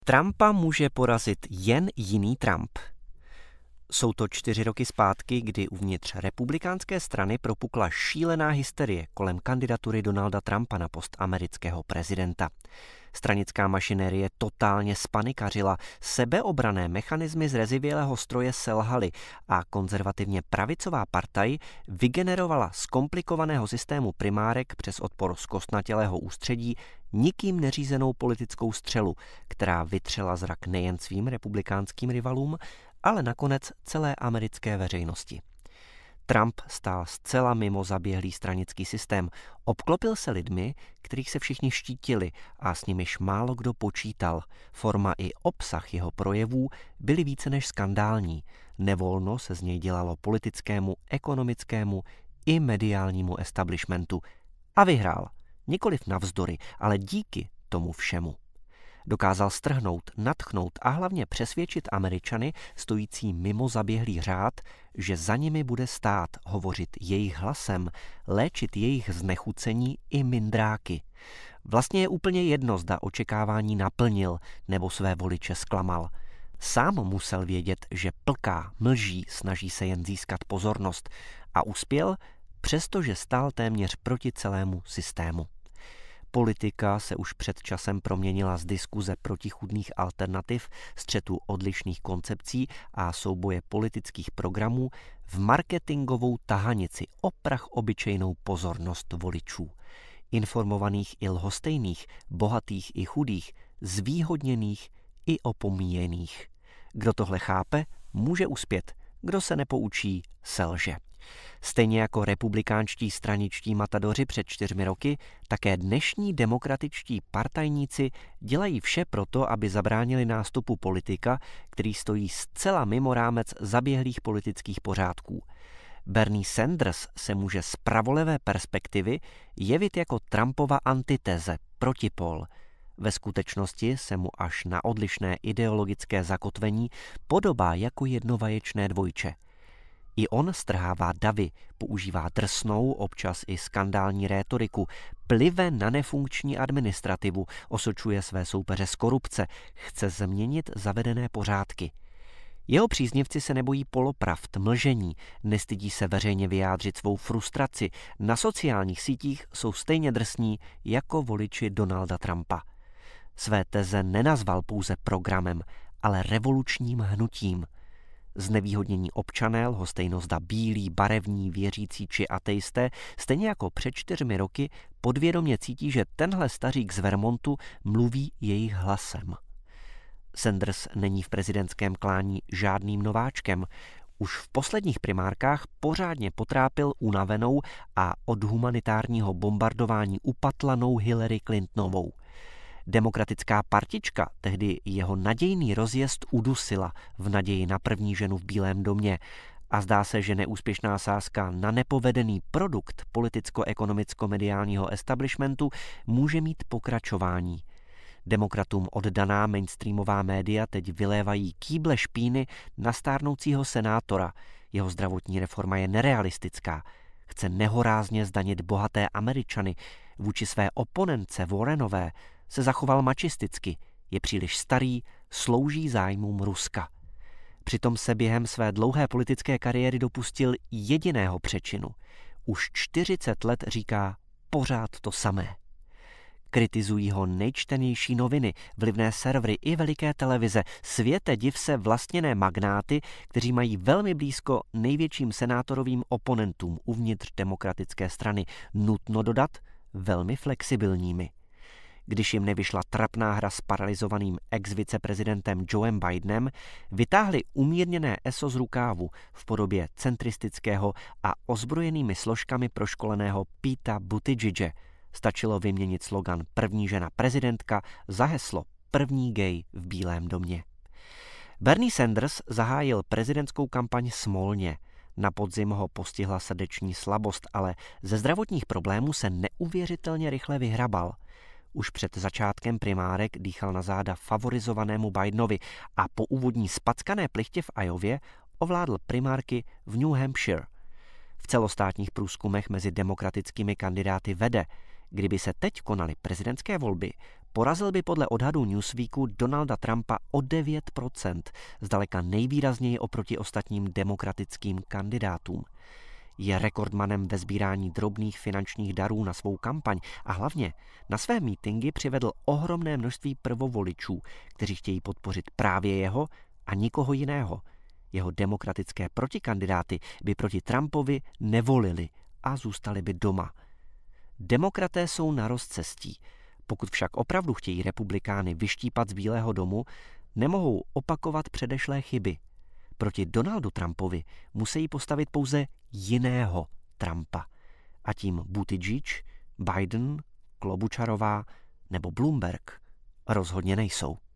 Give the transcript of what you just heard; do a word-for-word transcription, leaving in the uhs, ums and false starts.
Trumpa může porazit jen jiný Trump. Jsou to čtyři roky zpátky, kdy uvnitř republikánské strany propukla šílená hysterie kolem kandidatury Donalda Trumpa na post amerického prezidenta. Stranická mašinérie totálně spanikařila, sebeobranné mechanismy z rezivělého stroje selhaly a konzervativně pravicová partaj vygenerovala z komplikovaného systému primárek přes odpor zkostnatělého ústředí nikým neřízenou politickou střelu, která vytřela zrak nejen svým republikánským rivalům, ale nakonec celé americké veřejnosti. Trump stál zcela mimo zaběhlý stranický systém, obklopil se lidmi, kterých se všichni štítili a s nimiž málo kdo počítal. Forma i obsah jeho projevů byly více než skandální. Nevolno se z něj dělalo politickému, ekonomickému i mediálnímu establishmentu. A vyhrál. Nikoliv navzdory, ale díky tomu všemu. Dokázal strhnout, nadchnout a hlavně přesvědčit Američany stojící mimo zaběhlý řád, že za nimi bude stát, hovořit jejich hlasem, léčit jejich znechucení i mindráky. Vlastně je úplně jedno, zda očekávání naplnil nebo své voliče zklamal. Sám musel vědět, že plká, mlží, snaží se jen získat pozornost a uspěl, přestože stál téměř proti celému systému. Politika se už před časem proměnila z diskuze protichůdných alternativ, střetu odlišných koncepcí a souboje politických programů v marketingovou tahanici o prach obyčejnou pozornost voličů. Informovaných i lhostejných, bohatých i chudých, zvýhodněných i opomíjených. Kdo tohle chápe, může uspět. Kdo se nepoučí, selže. Stejně jako republikánští straničtí matadoři před čtyřmi roky, také dnešní demokratičtí partajníci dělají vše proto, aby zabránili nástupu politika, který stojí zcela mimo rámec zaběhlých politických pořádků. Bernie Sanders se může z pravolevé perspektivy jevit jako Trumpova antiteze, protipol. Ve skutečnosti se mu až na odlišné ideologické zakotvení podobá jako jednovaječné dvojče. I on strhává davy, používá drsnou, občas i skandální rétoriku, plive na nefunkční administrativu, osočuje své soupeře z korupce, chce změnit zavedené pořádky. Jeho příznivci se nebojí polopravd, mlžení, nestydí se veřejně vyjádřit svou frustraci, na sociálních sítích jsou stejně drsní jako voliči Donalda Trumpa. Své teze nenazval pouze programem, ale revolučním hnutím. Znevýhodnění občané, lhostejno zda bílí, barevní, věřící či ateisté, stejně jako před čtyřmi roky podvědomě cítí, že tenhle stařík z Vermontu mluví jejich hlasem. Sanders není v prezidentském klání žádným nováčkem. Už v posledních primárkách pořádně potrápil unavenou a od humanitárního bombardování upatlanou Hillary Clintonovou. Demokratická partička tehdy jeho nadějný rozjezd udusila v naději na první ženu v Bílém domě a zdá se, že neúspěšná sázka na nepovedený produkt politicko-ekonomicko-mediálního establishmentu může mít pokračování. Demokratům oddaná mainstreamová média teď vylévají kýble špíny na stárnoucího senátora. Jeho zdravotní reforma je nerealistická. Chce nehorázně zdanit bohaté Američany. Vůči své oponentce Warrenové se zachoval mačisticky, je příliš starý, slouží zájmům Ruska. Přitom se během své dlouhé politické kariéry dopustil jediného přečinu. Už čtyřicet let říká pořád to samé. Kritizují ho nejčtenější noviny, vlivné servery i veliké televize, světe div se vlastněné magnáty, kteří mají velmi blízko největším senátorovým oponentům uvnitř demokratické strany, nutno dodat velmi flexibilními. Když jim nevyšla trapná hra s paralizovaným ex-viceprezidentem Joem Bidenem, vytáhli umírněné eso z rukávu v podobě centristického a ozbrojenými složkami proškoleného Peta Buttigiege. Stačilo vyměnit slogan první žena prezidentka za heslo první gay v Bílém domě. Bernie Sanders zahájil prezidentskou kampaň smolně. Na podzim ho postihla srdeční slabost, ale ze zdravotních problémů se neuvěřitelně rychle vyhrabal. Už před začátkem primárek dýchal na záda favorizovanému Bidenovi a po úvodní spackané plichtě v Iowě ovládl primárky v New Hampshire. V celostátních průzkumech mezi demokratickými kandidáty vede. Kdyby se teď konaly prezidentské volby, porazil by podle odhadu Newsweeku Donalda Trumpa o devět procent, zdaleka nejvýrazněji oproti ostatním demokratickým kandidátům. Je rekordmanem ve sbírání drobných finančních darů na svou kampaň a hlavně na své mítingy přivedl ohromné množství prvovoličů, kteří chtějí podpořit právě jeho a nikoho jiného. Jeho demokratické protikandidáty by proti Trumpovi nevolili a zůstali by doma. Demokraté jsou na rozcestí. Pokud však opravdu chtějí republikány vyštípat z Bílého domu, nemohou opakovat předešlé chyby. Proti Donaldu Trumpovi musí postavit pouze jiného Trumpa. A tím Buttigieg, Biden, Klobucharová nebo Bloomberg rozhodně nejsou.